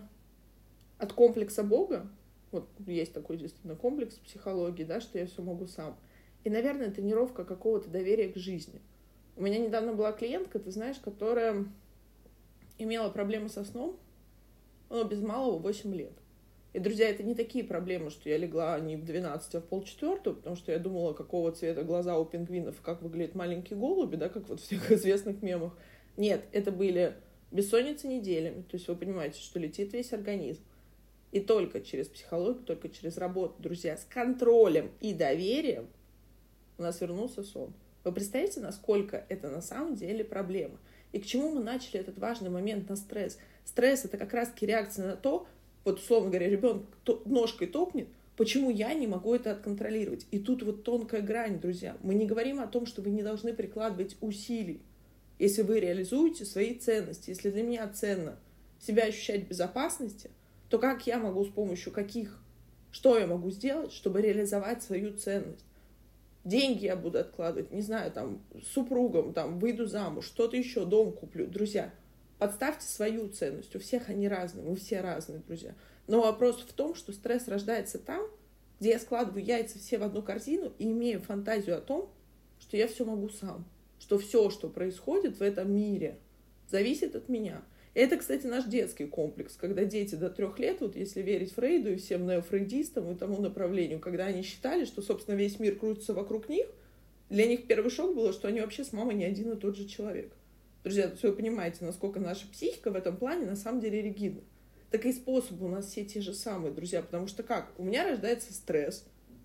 от комплекса Бога. Вот есть такой действительно комплекс в психологии, да, что я все могу сам. И, наверное, тренировка какого-то доверия к жизни. У меня недавно была клиентка, ты знаешь, которая имела проблемы со сном, ну, без малого восемь лет. И, друзья, это не такие проблемы, что я легла не в двенадцать, а в полчетвертого, потому что я думала, какого цвета глаза у пингвинов, как выглядят маленькие голуби, да, как вот в всех известных мемах. Нет, это были бессонницы неделями. То есть вы понимаете, что летит весь организм. И только через психологию, только через работу, друзья, с контролем и доверием у нас вернулся сон. Вы представляете, насколько это на самом деле проблема? И к чему мы начали этот важный момент на стресс? Стресс — это как раз-таки реакция на то, вот, условно говоря, ребенок ножкой топнет, почему я не могу это отконтролировать? И тут вот тонкая грань, друзья. Мы не говорим о том, что вы не должны прикладывать усилий, если вы реализуете свои ценности. Если для меня ценно себя ощущать в безопасности, то как я могу, с помощью каких, что я могу сделать, чтобы реализовать свою ценность? Деньги я буду откладывать, не знаю, там, с супругом, там, выйду замуж, что-то еще, дом куплю. Друзья, подставьте свою ценность. У всех они разные, мы все разные, друзья. Но вопрос в том, что стресс рождается там, где я складываю яйца все в одну корзину и имею фантазию о том, что я все могу сам, что все, что происходит в этом мире, зависит от меня. И это, кстати, наш детский комплекс, когда дети до трех лет, вот если верить Фрейду и всем неофрейдистам и тому направлению, когда они считали, что, собственно, весь мир крутится вокруг них, для них первый шок было, что они вообще с мамой не один и тот же человек. Друзья, вы понимаете, насколько наша психика в этом плане на самом деле ригидна. Так и способы у нас все те же самые, друзья, потому что как? У меня рождается стресс,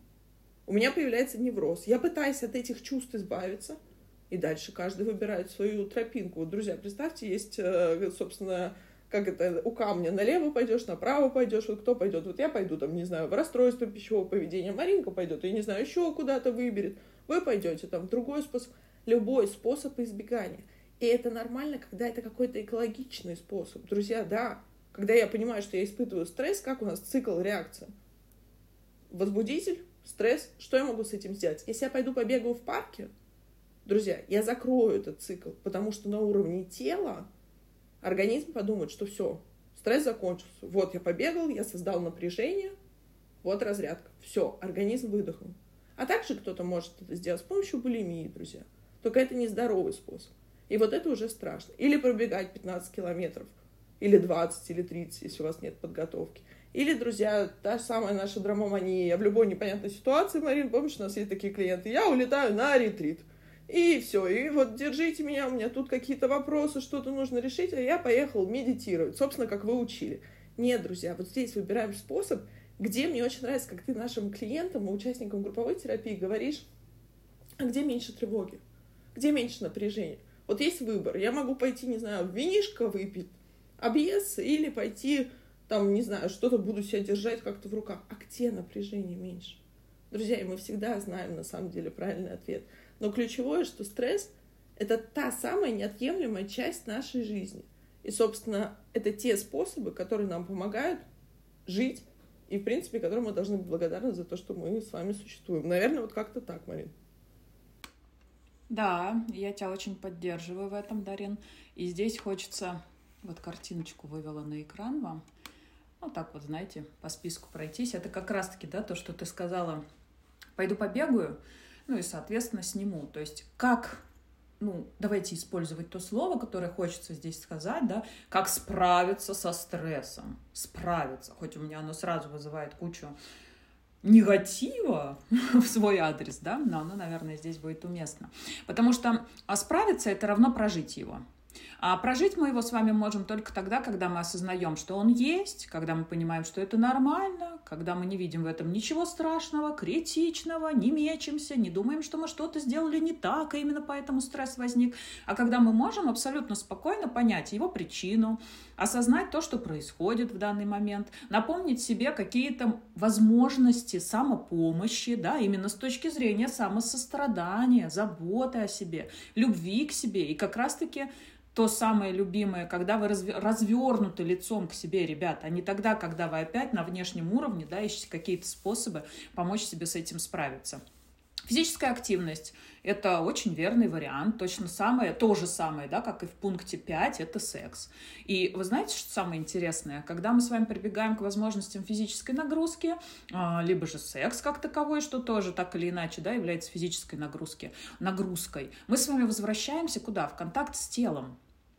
у меня появляется невроз, я пытаюсь от этих чувств избавиться, и дальше каждый выбирает свою тропинку. Вот, друзья, представьте, есть, собственно, как это, у камня налево пойдешь, направо пойдешь, вот кто пойдет? Вот я пойду, там, не знаю, в расстройство пищевого поведения, Маринка пойдет, я не знаю, еще куда-то выберет, вы пойдете, там, в другой способ, любой способ избегания. И это нормально, когда это какой-то экологичный способ. Друзья, да, когда я понимаю, что я испытываю стресс, как у нас цикл реакции? Возбудитель, стресс, что я могу с этим сделать? Если я пойду побегаю в парке, друзья, я закрою этот цикл, потому что на уровне тела организм подумает, что все, стресс закончился. Вот я побегал, я создал напряжение, вот разрядка. Все, организм выдохнул. А также кто-то может это сделать с помощью булимии, друзья. Только это нездоровый способ. И вот это уже страшно. Или пробегать пятнадцать километров, или двадцать, или тридцать, если у вас нет подготовки. Или, друзья, та же самая наша драмомания. Я в любой непонятной ситуации, Марин, помнишь, у нас есть такие клиенты, я улетаю на ретрит. И все, и вот держите меня, у меня тут какие-то вопросы, что-то нужно решить, а я поехал медитировать, собственно, как вы учили. Нет, друзья, вот здесь выбираем способ, где мне очень нравится, как ты нашим клиентам и участникам групповой терапии говоришь, а где меньше тревоги, где меньше напряжения. Вот есть выбор, я могу пойти, не знаю, винишко выпить, объесться, или пойти, там, не знаю, что-то буду себя держать как-то в руках. А где напряжение меньше? Друзья, и мы всегда знаем, на самом деле, правильный ответ. Но ключевое, что стресс — это та самая неотъемлемая часть нашей жизни. И, собственно, это те способы, которые нам помогают жить, и, в принципе, которым мы должны быть благодарны за то, что мы с вами существуем. Наверное, вот как-то так, Марин. Да, я тебя очень поддерживаю в этом, Дарин. И здесь хочется... Вот картиночку вывела на экран вам. Вот так вот, знаете, по списку пройтись. Это как раз-таки, да, то, что ты сказала. Пойду побегаю. ну и, соответственно, сниму. То есть как, ну, давайте использовать то слово, которое хочется здесь сказать, да, как справиться со стрессом, справиться, хоть у меня оно сразу вызывает кучу негатива в свой адрес, да, но оно, наверное, здесь будет уместно. Потому что а справиться — это равно прожить его. А прожить мы его с вами можем только тогда, когда мы осознаем, что он есть, когда мы понимаем, что это нормально, когда мы не видим в этом ничего страшного, критичного, не мечемся, не думаем, что мы что-то сделали не так, и именно поэтому стресс возник. А когда мы можем абсолютно спокойно понять его причину, осознать то, что происходит в данный момент, напомнить себе какие-то возможности самопомощи, да, именно с точки зрения самосострадания, заботы о себе, любви к себе. И как раз-таки то самое любимое, когда вы развернуты лицом к себе, ребята, а не тогда, когда вы опять на внешнем уровне, да, ищете какие-то способы помочь себе с этим справиться. Физическая активность – это очень верный вариант, точно самое, то же самое, да, как и в пункте пять, это секс. И вы знаете, что самое интересное? Когда мы с вами прибегаем к возможностям физической нагрузки, либо же секс как таковой, что тоже так или иначе, да, является физической нагрузки, нагрузкой, мы с вами возвращаемся куда? В контакт с телом.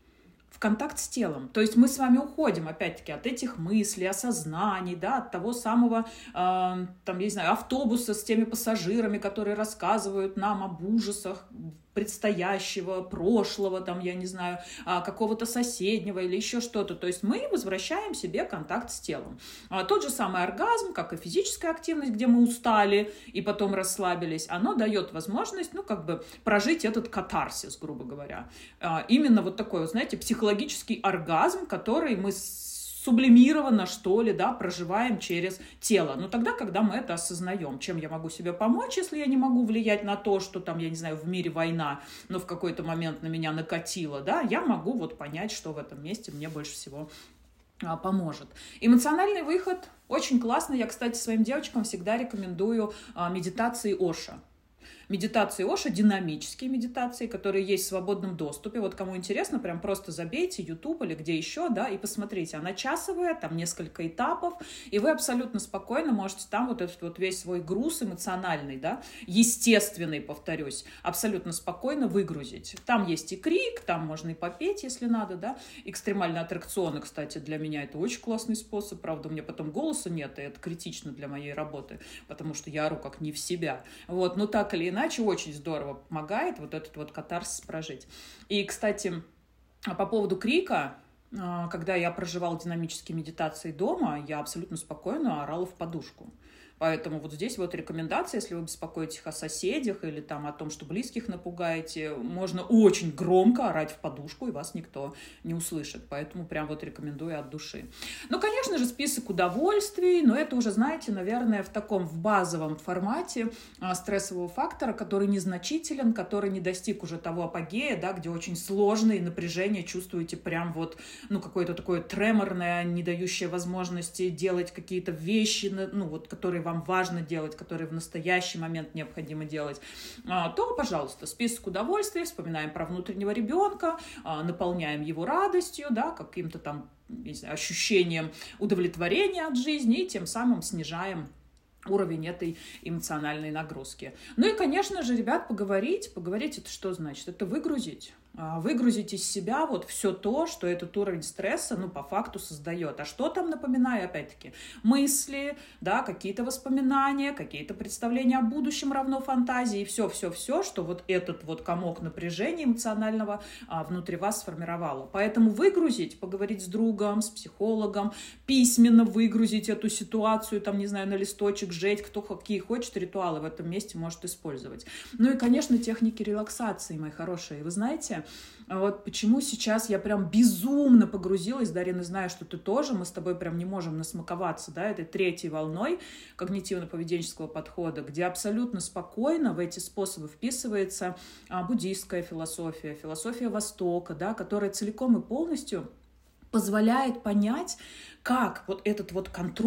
В контакт с телом. То есть мы с вами уходим, опять-таки, от этих мыслей, осознаний, да, от того самого, э, там, я не знаю, автобуса с теми пассажирами, которые рассказывают нам об ужасах предстоящего, прошлого, там, я не знаю, какого-то соседнего или еще что-то. То есть мы возвращаем себе контакт с телом. Тот же самый оргазм, как и физическая активность, где мы устали и потом расслабились, оно дает возможность, ну, как бы прожить этот катарсис, грубо говоря. Именно вот такой, вот, знаете, психологический оргазм, который мы сублимированно, что ли, да, проживаем через тело. Но тогда, когда мы это осознаем, чем я могу себе помочь, если я не могу влиять на то, что там, я не знаю, в мире война, но в какой-то момент на меня накатило, да, я могу вот понять, что в этом месте мне больше всего а, поможет. Эмоциональный выход очень классно. Я, кстати, своим девочкам всегда рекомендую а, медитации Оша. Медитации Оша, динамические медитации, которые есть в свободном доступе. Вот кому интересно, прям просто забейте YouTube или где еще, да, и посмотрите. Она часовая, там несколько этапов, и вы абсолютно спокойно можете там вот этот вот весь свой груз эмоциональный, да, естественный, повторюсь, абсолютно спокойно выгрузить. Там есть и крик, там можно и попеть, если надо, да. Экстремальные аттракционы, кстати, для меня это очень классный способ. Правда, у меня потом голоса нет, и это критично для моей работы, потому что я ору как не в себя. Вот, но так или иначе, Иначе очень здорово помогает вот этот вот катарсис прожить. И, кстати, по поводу крика, когда я проживала динамические медитации дома, я абсолютно спокойно орала в подушку. Поэтому вот здесь вот рекомендация, если вы беспокоитесь о соседях или там о том, что близких напугаете, можно очень громко орать в подушку, и вас никто не услышит. Поэтому прям вот рекомендую от души. Ну, конечно же, список удовольствий, но это уже, знаете, наверное, в таком, в базовом формате а, стрессового фактора, который незначителен, который не достиг уже того апогея, да, где очень сложно и напряжение чувствуете прям вот, ну, какое-то такое треморное, не дающее возможности делать какие-то вещи, ну, вот, которые вам важно делать, которые в настоящий момент необходимо делать, то, пожалуйста, список удовольствий, вспоминаем про внутреннего ребенка, наполняем его радостью, да, каким-то там, не знаю, ощущением удовлетворения от жизни и тем самым снижаем уровень этой эмоциональной нагрузки. Ну и, конечно же, ребят, поговорить. Поговорить — это что значит? Это выгрузить. Выгрузить из себя вот все то, что этот уровень стресса, ну, по факту создает. А что там, напоминаю, опять-таки, мысли, да, какие-то воспоминания, какие-то представления о будущем равно фантазии, и все-все-все, что вот этот вот комок напряжения эмоционального а, внутри вас сформировало. Поэтому выгрузить, поговорить с другом, с психологом, письменно выгрузить эту ситуацию, там, не знаю, на листочек сжечь, кто какие хочет ритуалы в этом месте может использовать. Ну и, конечно, техники релаксации, мои хорошие. Вы знаете, вот почему сейчас я прям безумно погрузилась, Дарина, знаю, что ты тоже, мы с тобой прям не можем насмаковаться, да, этой третьей волной когнитивно-поведенческого подхода, где абсолютно спокойно в эти способы вписывается а, буддийская философия, философия Востока, да, которая целиком и полностью позволяет понять, как вот этот вот контроль,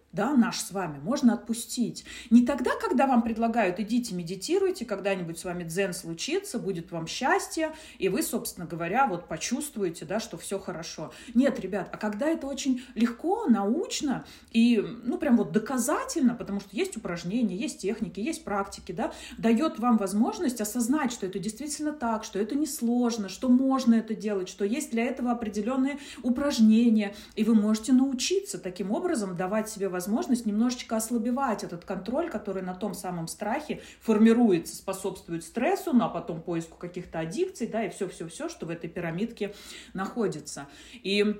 да, наш с вами, можно отпустить. Не тогда, когда вам предлагают, идите медитируйте, когда-нибудь с вами дзен случится, будет вам счастье, и вы, собственно говоря, вот почувствуете, да, что все хорошо. Нет, ребят, а когда это очень легко, научно и, ну, прям вот доказательно, потому что есть упражнения, есть техники, есть практики, да, дает вам возможность осознать, что это действительно так, что это несложно, что можно это делать, что есть для этого определенные упражнения, и вы можете научиться таким образом давать себе возможность возможность немножечко ослабевать этот контроль, который на том самом страхе формируется, способствует стрессу, ну а потом поиску каких-то аддикций, да, и все-все-все, что в этой пирамидке находится. И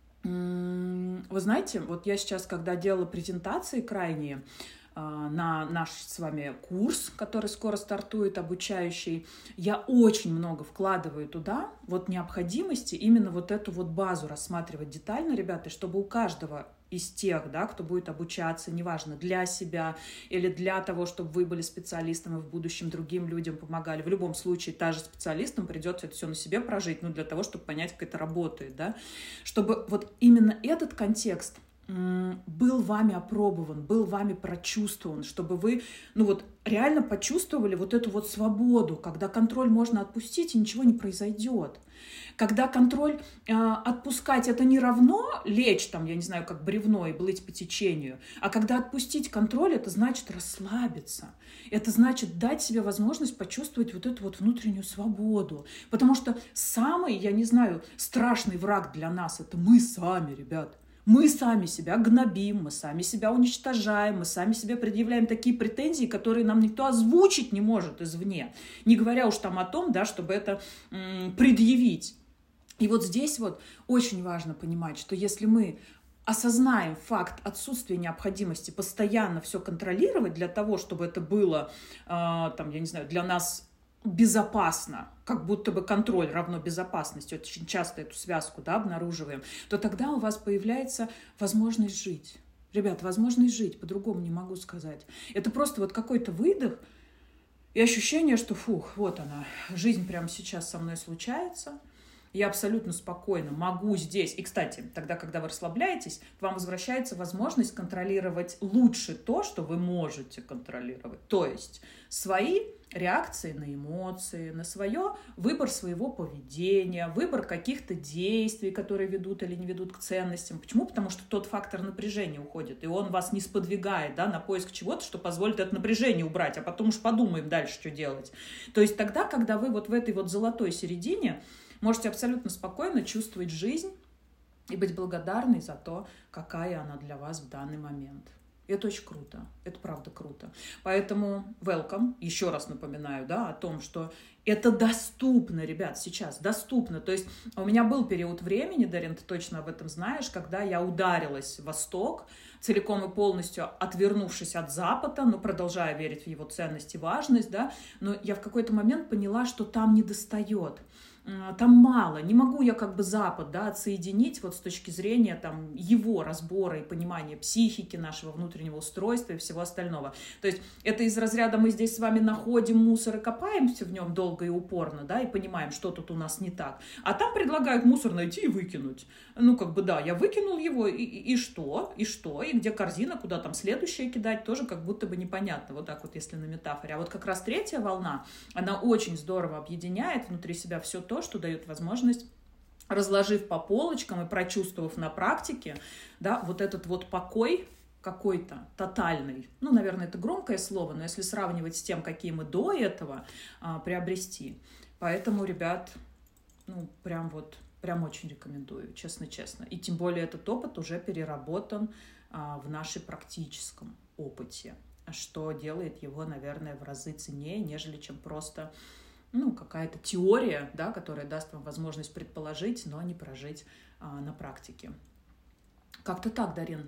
вы знаете, вот я сейчас, когда делала презентации крайние на наш с вами курс, который скоро стартует, обучающий, я очень много вкладываю туда вот необходимости именно вот эту вот базу рассматривать детально, ребята, чтобы у каждого из тех, да, кто будет обучаться, неважно, для себя или для того, чтобы вы были специалистом и в будущем другим людям помогали. В любом случае, та же специалистам придется это все на себе прожить, ну, для того, чтобы понять, как это работает, да, чтобы вот именно этот контекст был вами опробован, был вами прочувствован, чтобы вы, ну вот, реально почувствовали вот эту вот свободу, когда контроль можно отпустить, и ничего не произойдет. Когда контроль э, отпускать, это не равно лечь там, я не знаю, как бревно и плыть по течению, а когда отпустить контроль, это значит расслабиться. Это значит дать себе возможность почувствовать вот эту вот внутреннюю свободу. Потому что самый, я не знаю, страшный враг для нас — это мы сами, ребят. Мы сами себя гнобим, мы сами себя уничтожаем, мы сами себе предъявляем такие претензии, которые нам никто озвучить не может извне. Не говоря уж там о том, да, чтобы это м, предъявить. И вот здесь вот очень важно понимать, что если мы осознаем факт отсутствия необходимости постоянно все контролировать для того, чтобы это было, э, там, я не знаю, для нас безопасно, как будто бы контроль равно безопасности, очень часто эту связку, да, обнаруживаем, то тогда у вас появляется возможность жить. Ребят, возможность жить, по-другому не могу сказать. Это просто вот какой-то выдох и ощущение, что фух, вот она, жизнь прямо сейчас со мной случается. Я абсолютно спокойно могу здесь. И, кстати, тогда, когда вы расслабляетесь, к вам возвращается возможность контролировать лучше то, что вы можете контролировать. То есть свои реакции на эмоции, на свое, выбор своего поведения, выбор каких-то действий, которые ведут или не ведут к ценностям. Почему? Потому что тот фактор напряжения уходит, и он вас не сподвигает, да, на поиск чего-то, что позволит это напряжение убрать, а потом уж подумаем дальше, что делать. То есть тогда, когда вы вот в этой вот золотой середине можете абсолютно спокойно чувствовать жизнь и быть благодарной за то, какая она для вас в данный момент. Это очень круто. Это правда круто. Поэтому welcome. Еще раз напоминаю, да, о том, что это доступно, ребят, сейчас доступно. То есть у меня был период времени, Дарин, ты точно об этом знаешь, когда я ударилась в Восток, целиком и полностью отвернувшись от Запада, но продолжая верить в его ценность и важность, да, но я в какой-то момент поняла, что там недостает. Там мало, не могу я как бы Запад, да, отсоединить вот с точки зрения там его разбора и понимания психики, нашего внутреннего устройства и всего остального. То есть это из разряда мы здесь с вами находим мусор и копаемся в нем долго и упорно, да, и понимаем, что тут у нас не так. А там предлагают мусор найти и выкинуть. Ну, как бы, да, я выкинул его, и, и, и что? И что? И где корзина, куда там следующее кидать, тоже как будто бы непонятно, вот так вот, если на метафоре. А вот как раз третья волна, она очень здорово объединяет внутри себя все то, что дает возможность, разложив по полочкам и прочувствовав на практике, да, вот этот вот покой какой-то тотальный, ну, наверное, это громкое слово, но если сравнивать с тем, какие мы до этого а, приобрести. Поэтому, ребят, ну, прям вот, прям очень рекомендую, честно-честно. И тем более этот опыт уже переработан а, в нашем практическом опыте, что делает его, наверное, в разы ценнее, нежели чем просто ну, какая-то теория, да, которая даст вам возможность предположить, но не прожить а, на практике. Как-то так, Дарин.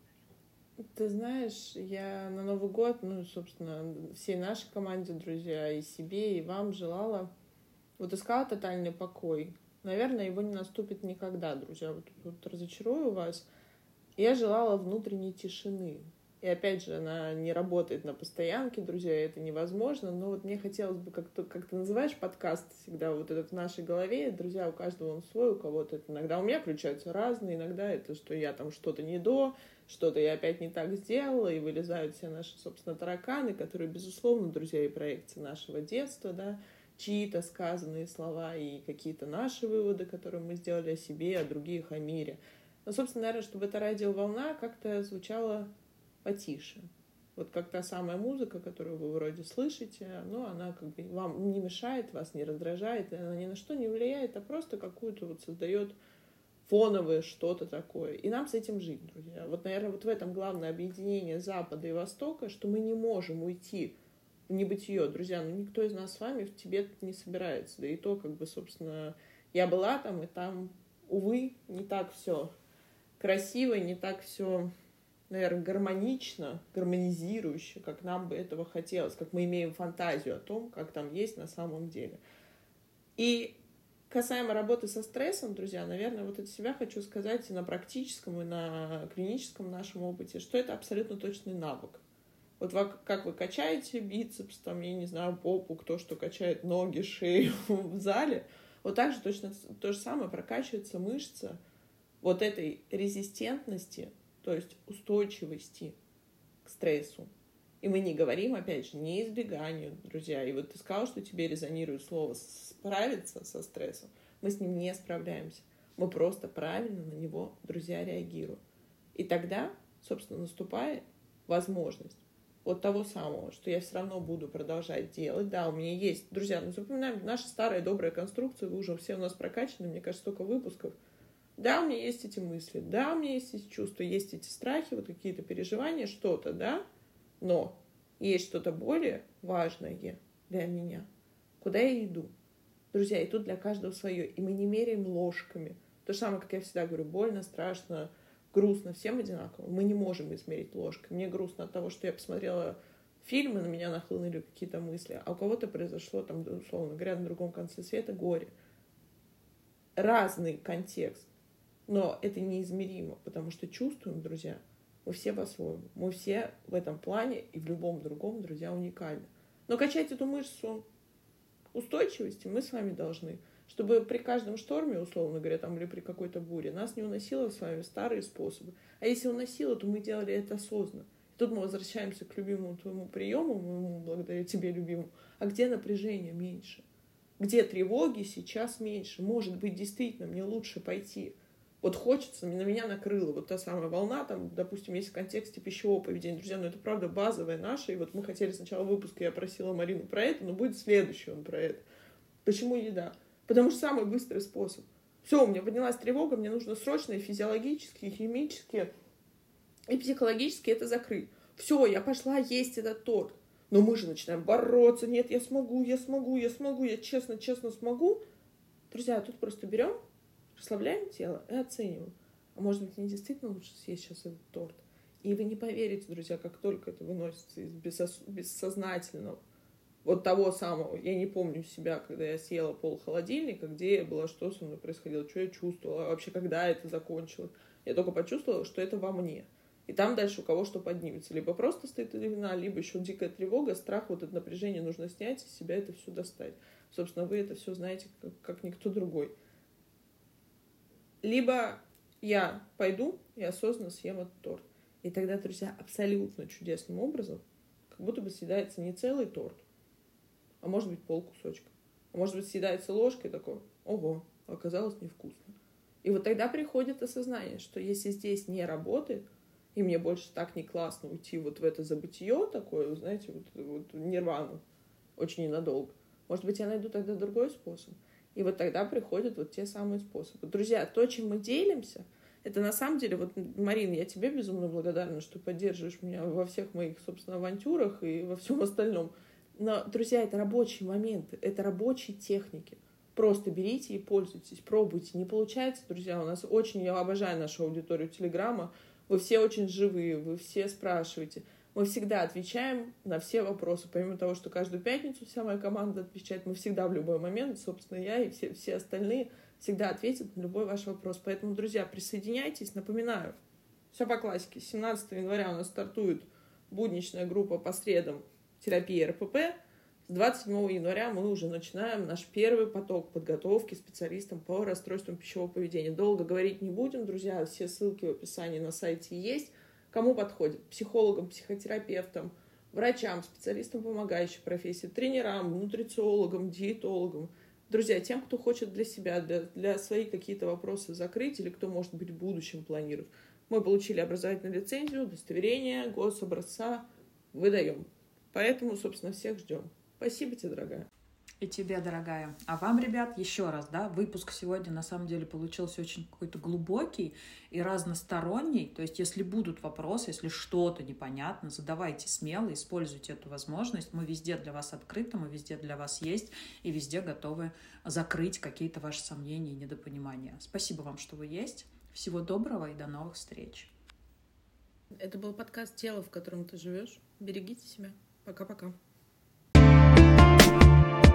Ты знаешь, я на Новый год, ну, собственно, всей нашей команде, друзья, и себе, и вам желала, вот искала тотальный покой. Наверное, его не наступит никогда, друзья, вот, вот разочарую вас. Я желала внутренней тишины. И опять же, она не работает на постоянке, друзья, это невозможно. Но вот мне хотелось бы, как, -то, как ты называешь подкаст всегда, вот этот в нашей голове, друзья, у каждого он свой, у кого-то это иногда у меня включаются разные, иногда это, что я там что-то не до, что-то я опять не так сделала, и вылезают все наши, собственно, тараканы, которые, безусловно, друзья, и проекции нашего детства, да, чьи-то сказанные слова и какие-то наши выводы, которые мы сделали о себе, о других, о мире. Но, собственно, наверное, чтобы эта радиоволна как-то звучала потише. Вот как та самая музыка, которую вы вроде слышите, но она как бы вам не мешает, вас не раздражает, она ни на что не влияет, а просто какую-то вот создает фоновое что-то такое. И нам с этим жить, друзья. Вот, наверное, вот в этом главное объединение Запада и Востока, что мы не можем уйти в небытие. Друзья, ну никто из нас с вами в Тибет не собирается. Да и то, как бы, собственно, я была там, и там, увы, не так все красиво, не так все, наверное, гармонично, гармонизирующе, как нам бы этого хотелось, как мы имеем фантазию о том, как там есть на самом деле. И касаемо работы со стрессом, друзья, наверное, вот от себя хочу сказать и на практическом, и на клиническом нашем опыте, что это абсолютно точный навык. Вот как вы качаете бицепс, там, я не знаю, попу, кто что качает ноги, шею в зале, вот так же точно то же самое прокачивается мышца вот этой резистентности, то есть устойчивости к стрессу. И мы не говорим, опять же, не избеганию, друзья. И вот ты сказал, что тебе резонирует слово «справиться со стрессом». Мы с ним не справляемся. Мы просто правильно на него, друзья, реагируем. И тогда, собственно, наступает возможность вот того самого, что я все равно буду продолжать делать. Да, у меня есть, друзья, ну запоминаем, наша старая добрая конструкция, вы уже все у нас прокачаны, мне кажется, столько выпусков. Да, у меня есть эти мысли, да, у меня есть эти чувства, есть эти страхи, вот какие-то переживания, что-то, да, но есть что-то более важное для меня. Куда я иду? Друзья, и тут для каждого свое. И мы не меряем ложками. То же самое, как я всегда говорю, больно, страшно, грустно, всем одинаково. Мы не можем измерить ложкой. Мне грустно от того, что я посмотрела фильм, и на меня нахлынули какие-то мысли, а у кого-то произошло, там, условно говоря, на другом конце света горе. Разный контекст. Но это неизмеримо, потому что чувствуем, друзья, мы все по-своему. Мы все в этом плане и в любом другом, друзья, уникальны. Но качать эту мышцу устойчивости мы с вами должны, чтобы при каждом шторме, условно говоря, там, или при какой-то буре, нас не уносило с вами старые способы. А если уносило, то мы делали это осознанно. И тут мы возвращаемся к любимому твоему приему, моему, благодаря тебе, любимому. А где напряжение меньше? Где тревоги сейчас меньше? Может быть, действительно, мне лучше пойти. Вот хочется, на меня накрыла вот та самая волна, там, допустим, есть в контексте пищевого поведения. Друзья, ну это правда базовое наше, и вот мы хотели сначала выпуска, я просила Марину про это, но будет следующий он про это. Почему еда? Потому что самый быстрый способ. Все, у меня поднялась тревога, мне нужно срочно и физиологически, и химически, и психологически это закрыть. Все, я пошла есть этот торт. Но мы же начинаем бороться, нет, я смогу, я смогу, я смогу, я честно-честно смогу. Друзья, тут просто берем, расслабляем тело и оцениваем. А может быть, мне действительно лучше съесть сейчас этот торт? И вы не поверите, друзья, как только это выносится из бессознательного, вот того самого, я не помню себя, когда я съела пол холодильника, где я была, что со мной происходило, что я чувствовала, вообще, когда это закончилось. Я только почувствовала, что это во мне. И там дальше у кого что поднимется. Либо просто стоит вина, либо еще дикая тревога, страх, вот это напряжение нужно снять, из себя это все достать. Собственно, вы это все знаете, как, как никто другой. Либо я пойду и осознанно съем этот торт. И тогда, друзья, абсолютно чудесным образом, как будто бы съедается не целый торт, а может быть полкусочка. А может быть съедается ложкой такой, ого, оказалось невкусно. И вот тогда приходит осознание, что если здесь не работает, и мне больше так не классно уйти вот в это забытие такое, знаете, вот, вот нирвану, очень ненадолго. Может быть, я найду тогда другой способ. И вот тогда приходят вот те самые способы. Друзья, то, чем мы делимся, это на самом деле, вот, Марин, я тебе безумно благодарна, что поддерживаешь меня во всех моих, собственно, авантюрах и во всем остальном. Но, друзья, это рабочие моменты, это рабочие техники. Просто берите и пользуйтесь, пробуйте. Не получается, друзья, у нас очень, я обожаю нашу аудиторию Телеграма, вы все очень живые, вы все спрашиваете. Мы всегда отвечаем на все вопросы. Помимо того, что каждую пятницу вся моя команда отвечает, мы всегда в любой момент, собственно, я и все, все остальные всегда ответят на любой ваш вопрос. Поэтому, друзья, присоединяйтесь. Напоминаю, все по классике. семнадцатого января у нас стартует будничная группа по средам терапии эр пэ пэ. С двадцать седьмого января мы уже начинаем наш первый поток подготовки специалистам по расстройствам пищевого поведения. Долго говорить не будем, друзья. Все ссылки в описании на сайте есть. Кому подходит? Психологам, психотерапевтам, врачам, специалистам помогающей профессии, тренерам, нутрициологам, диетологам. Друзья, тем, кто хочет для себя, для, для своих какие-то вопросы закрыть или кто, может быть, в будущем планирует. Мы получили образовательную лицензию, удостоверение, гособразца выдаем. Поэтому, собственно, всех ждем. Спасибо тебе, дорогая. И тебе, дорогая. А вам, ребят, еще раз, да, выпуск сегодня на самом деле получился очень какой-то глубокий и разносторонний. То есть, если будут вопросы, если что-то непонятно, задавайте смело, используйте эту возможность. Мы везде для вас открыты, мы везде для вас есть и везде готовы закрыть какие-то ваши сомнения и недопонимания. Спасибо вам, что вы есть. Всего доброго и до новых встреч. Это был подкаст «Тело, в котором ты живешь». Берегите себя. Пока-пока.